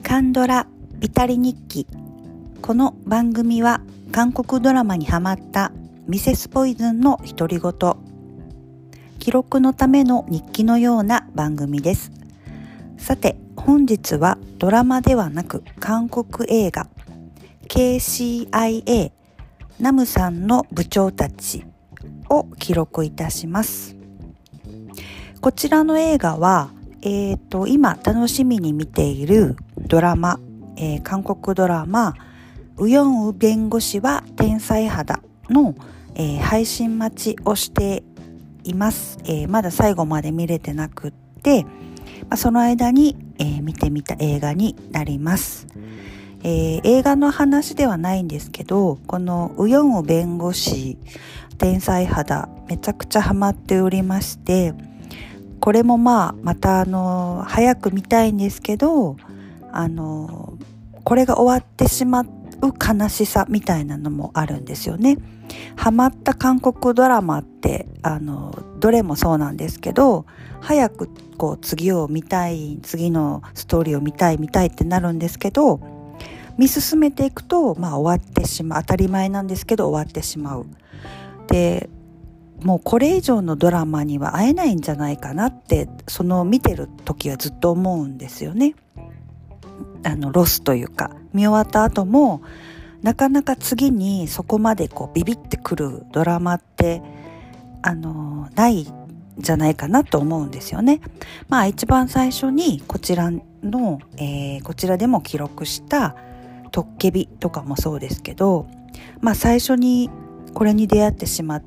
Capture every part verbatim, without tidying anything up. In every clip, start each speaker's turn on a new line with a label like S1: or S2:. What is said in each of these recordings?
S1: カンドラビタリ日記。この番組は韓国ドラマにハマったミセスポイズンの独り言、記録のための日記のような番組です。さて本日はドラマではなく韓国映画 ケーシーアイエー ナムさんの部長たちを記録いたします。こちらの映画はえーと、今楽しみに見ているドラマ、えー、韓国ドラマウヨンウ弁護士は天才肌の、えー、配信待ちをしています。えー、まだ最後まで見れてなくって、まあ、その間に、えー、見てみた映画になります。えー、映画の話ではないんですけど、このウヨンウ弁護士天才肌めちゃくちゃハマっておりまして、これもまあまたあの早く見たいんですけど、あのこれが終わってしまう悲しさみたいなのもあるんですよね。ハマった韓国ドラマってあのどれもそうなんですけど、早くこう次を見たい、次のストーリーを見たい見たいってなるんですけど、見進めていくとまあ終わってしまう、当たり前なんですけど終わってしまう。でもうこれ以上のドラマには会えないんじゃないかなって、その見てる時はずっと思うんですよね。あのロスというか、見終わった後もなかなか次にそこまでこうビビってくるドラマってあのないんじゃないかなと思うんですよね。まあ一番最初にこちらの、えー、こちらでも記録したトッケビとかもそうですけど、まあ最初にこれに出会ってしまって、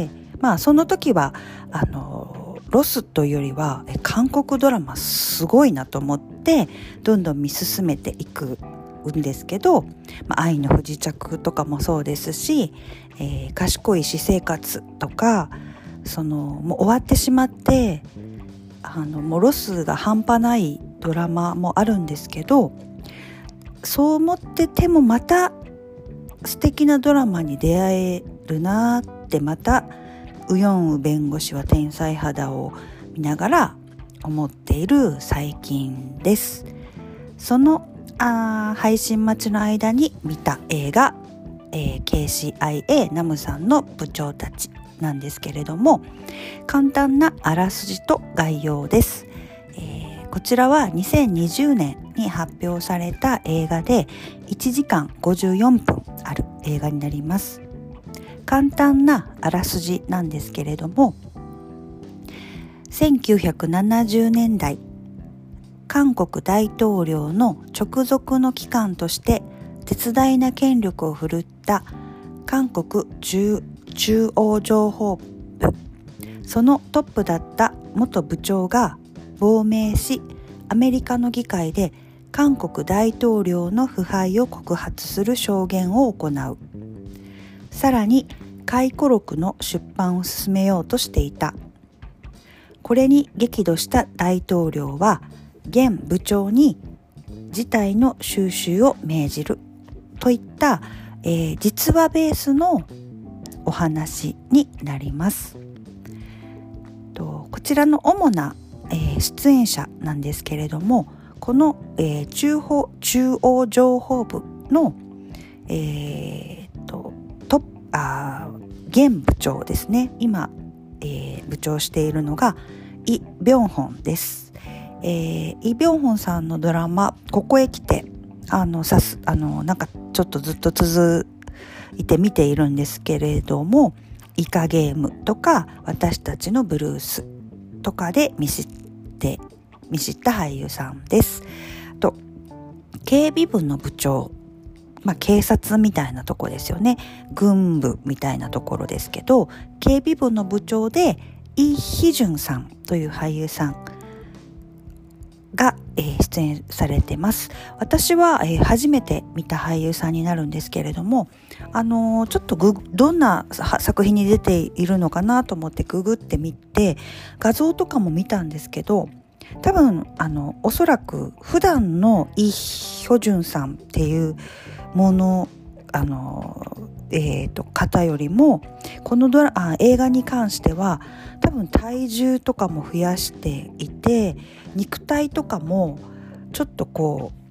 S1: まあその時はあのロスというよりはえ韓国ドラマすごいなと思ってどんどん見進めていくんですけど、まあ、愛の不時着とかもそうですし、えー、賢い私生活とか、そのもう終わってしまってあのもうロスが半端ないドラマもあるんですけど、そう思っててもまた素敵なドラマに出会えるなってまたウヨンウ弁護士は天才肌を見ながら思っている最近です。そのあ配信待ちの間に見た映画、えー、ケーシーアイエー ナムさんの部長たちなんですけれども、簡単なあらすじと概要です。えー、こちらはにせんにじゅうねんに発表された映画でいちじかんごじゅうよんぷんある映画になります。簡単なあらすじなんですけれども、せんきゅうひゃくななじゅうねんだい、韓国大統領の直属の機関として絶大な権力を振るった韓国中央情報部、そのトップだった元部長が亡命し、アメリカの議会で韓国大統領の腐敗を告発する証言を行う。さらに回顧録の出版を進めようとしていた。これに激怒した大統領は現部長に事態の収拾を命じるといった、えー、実話ベースのお話になります。とこちらの主な、えー、出演者なんですけれども、この、えー、中央、中央情報部の、えー、とトップあ現部長ですね。今、えー、部長しているのがイ・ビョンホンです。えー、イ・ビョンホンさんのドラマ、ここへ来てあのさすあのなんかちょっとずっと続いて見ているんですけれども、イカゲームとか私たちのブルースとかで見知って見知った俳優さんです。と警備部の部長、まあ、警察みたいなとこですよね。軍部みたいなところですけど、警備部の部長でイ・ヒジュンさんという俳優さんが、えー、出演されてます。私は、えー、初めて見た俳優さんになるんですけれども、あのー、ちょっとグどんな作品に出ているのかなと思ってググってみて、画像とかも見たんですけど、多分あのおそらく普段のイ・ヒョジュンさんっていうものあの、えー、と方よりもこのドラあ映画に関しては多分体重とかも増やしていて、肉体とかもちょっとこう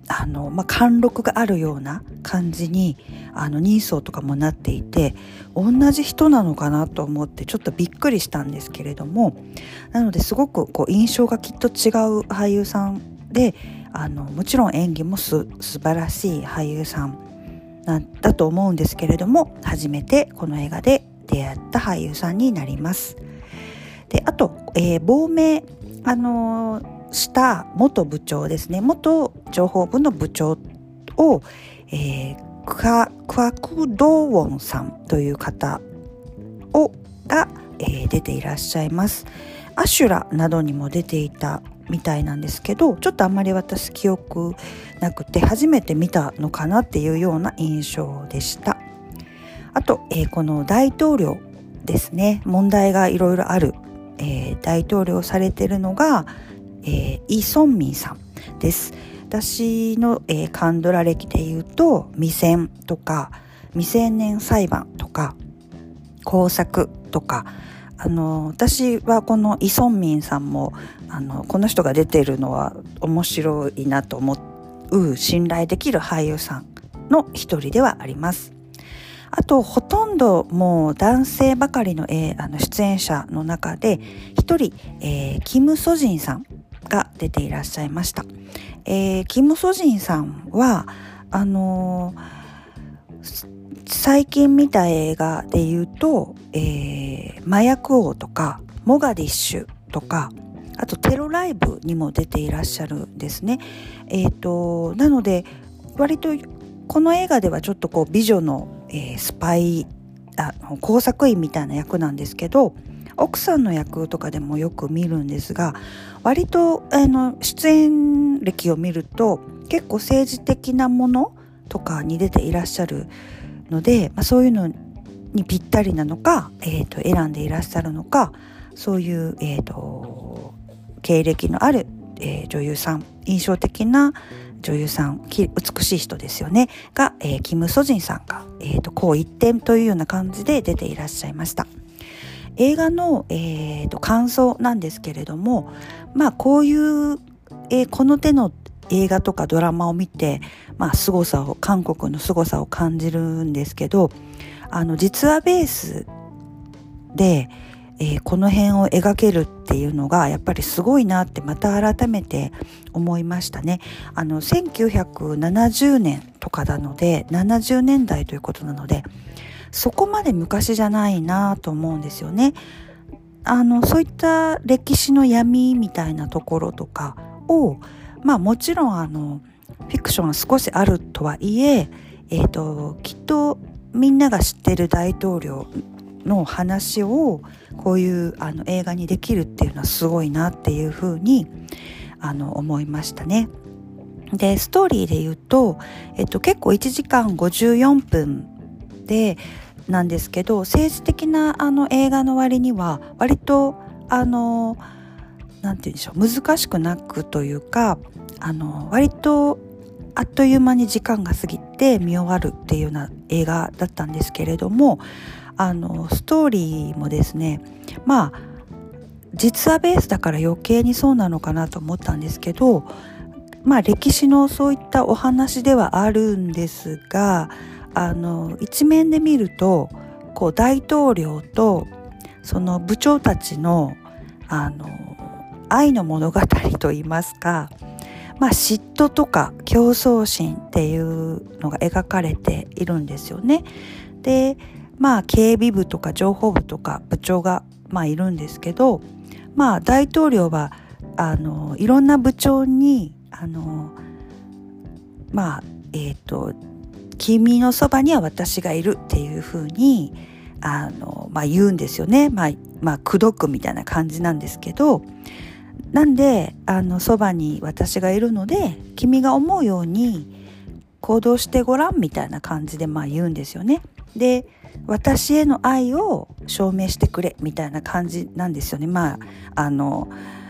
S1: あの、まあ、貫禄があるような感じにあの人相とかもなっていて、同じ人なのかなと思ってちょっとびっくりしたんですけれども、なのですごくこう印象がきっと違う俳優さんで、あのもちろん演技もす素晴らしい俳優さんなんだと思うんですけれども、初めてこの映画で出会った俳優さんになります。で、あと、えー、亡命あのーした元部長ですね、元情報部の部長を、えー、クワクワクドウォンさんという方をが、えー、出ていらっしゃいます。アシュラなどにも出ていたみたいなんですけど、ちょっとあんまり私記憶なくて初めて見たのかなっていうような印象でした。あと、えー、この大統領ですね、問題がいろいろある、えー、大統領されているのがえー、イ・ソンミンさんです。私の、えー、カンドラ歴で言うと未選とか未成年裁判とか工作とか、あの私はこのイ・ソンミンさんもあのこの人が出ているのは面白いなと思う信頼できる俳優さんの一人ではあります。あとほとんどもう男性ばかりの、えー、あの出演者の中で一人、えー、キム・ソジンさんが出ていらっしゃいました。えー、キム・ソジンさんはあのー、最近見た映画で言うと、えー、麻薬王とかモガディッシュとか、あとテロライブにも出ていらっしゃるんですね。えーと、なので割とこの映画ではちょっとこう美女の、えー、スパイあ工作員みたいな役なんですけど、奥さんの役とかでもよく見るんですが、割とあの出演歴を見ると結構政治的なものとかに出ていらっしゃるので、まあ、そういうのにぴったりなのか、えー、と選んでいらっしゃるのか、そういう、えー、と経歴のある、えー、女優さん、印象的な女優さん、美しい人ですよねが、えー、キム・ソジンさんが、えー、とこう一点というような感じで出ていらっしゃいました。映画の、えー、と感想なんですけれども、まあこういう、えー、この手の映画とかドラマを見て、まあ凄さを韓国の凄さを感じるんですけど、あの実話ベースで、えー、この辺を描けるっていうのがやっぱりすごいなってまた改めて思いましたね。あのせんきゅうひゃくななじゅうねんとかなのでななじゅうねんだいということなので、そこまで昔じゃないなと思うんですよね。あのそういった歴史の闇みたいなところとかを、まあもちろんあのフィクションは少しあるとはいえ、えーと、きっとみんなが知ってる大統領の話をこういうあの映画にできるっていうのはすごいなっていうふうにあの思いましたね。でストーリーで言うと、えっと、結構いちじかんごじゅうよんぷんでなんですけど、政治的なあの映画の割には割とあのなんて言うんでしょう、難しくなくというか、あの割とあっという間に時間が過ぎて見終わるっていうような映画だったんですけれども、あのストーリーもですね、まあ実話ベースだから余計にそうなのかなと思ったんですけど、まあ歴史のそういったお話ではあるんですが、あの一面で見るとこう大統領とその部長たちのあの愛の物語といいますか、まあ、嫉妬とか競争心っていうのが描かれているんですよね。で、まあ警備部とか情報部とか部長がまあいるんですけど、まあ大統領はあのいろんな部長にあのまあえっと君のそばには私がいるっていうふうにあの、まあ、言うんですよね。まあ、まあ、口説くみたいな感じなんですけど、なんであのそばに私がいるので君が思うように行動してごらんみたいな感じでまあ言うんですよね。で、私への愛を証明してくれみたいな感じなんですよね。まああの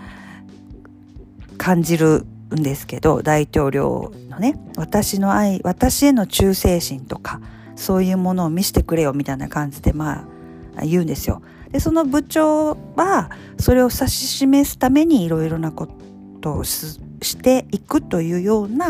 S1: 感じるんですけど、大統領のね、私の愛、私への忠誠心とかそういうものを見せてくれよみたいな感じでまあ言うんですよ。でその部長はそれを指し示すためにいろいろなことを し, していくというような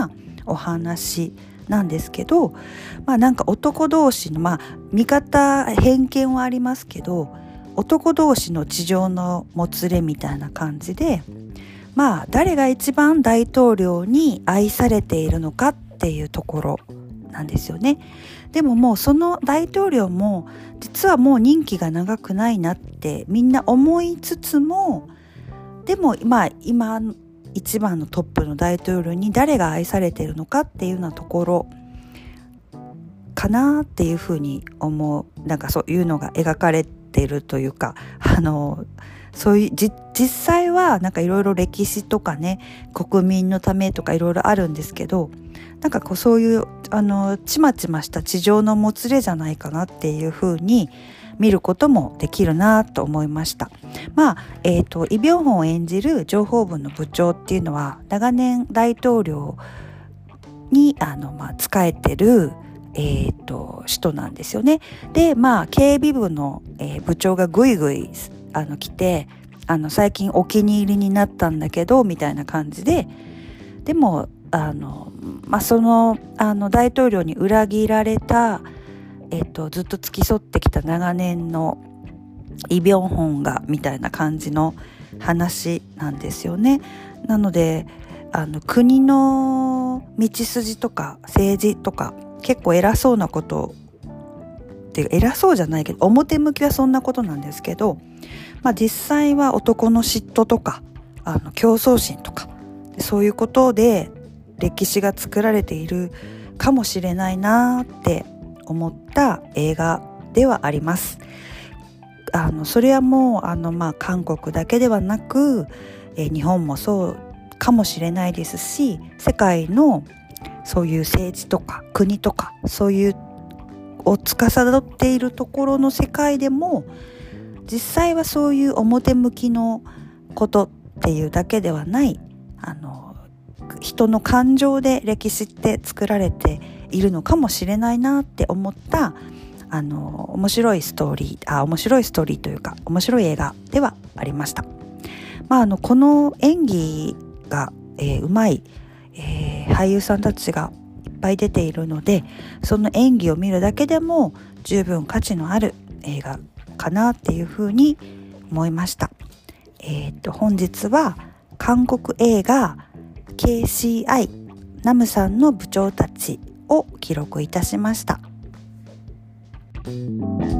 S1: お話なんですけど、まあなんか男同士の、まあ見方偏見はありますけど、男同士の地上のもつれみたいな感じで、まあ誰が一番大統領に愛されているのかっていうところなんですよね。でももうその大統領も実はもう任期が長くないなってみんな思いつつも、でもまあ今一番のトップの大統領に誰が愛されているのかっていうようなところかなっていうふうに思う。なんかそういうのが描かれているというか、あのそういうじ実際はなんかいろいろ歴史とかね、国民のためとかいろいろあるんですけど、なんかこうそういうあのちまちました地上のもつれじゃないかなっていうふうに見ることもできるなと思いました。まあ、えっと、イ・ビョンホンを演じる情報部の部長っていうのは長年大統領にあの、まあ、仕えてる、えっと、人なんですよね。で、まあ、警備部の、えー、部長がぐいぐいあの来て、あの最近お気に入りになったんだけどみたいな感じで、でもあの、まあ、その、あの大統領に裏切られたえっと、ずっと付き添ってきた長年のイ・ビョンホンがみたいな感じの話なんですよね。なのであの国の道筋とか政治とか結構偉そうなことっていう偉そうじゃないけど表向きはそんなことなんですけど、まあ、実際は男の嫉妬とかあの競争心とかそういうことで歴史が作られているかもしれないなって思った映画ではあります。あのそれはもうあの、まあ、韓国だけではなく、えー、日本もそうかもしれないですし、世界のそういう政治とか国とかそういうを司っているところの世界でも実際はそういう表向きのことっていうだけではないあの人の感情で歴史って作られているのかもしれないなって思ったあの面白いストーリーあ面白いストーリーというか面白い映画ではありました。まあ、あのこの演技が、えー、うまい、えー、俳優さんたちがいっぱい出ているので、その演技を見るだけでも十分価値のある映画かなっていうふうに思いました。えー、と本日は韓国映画 ケーシーアイ ナムさんの部長たちを記録いたしました。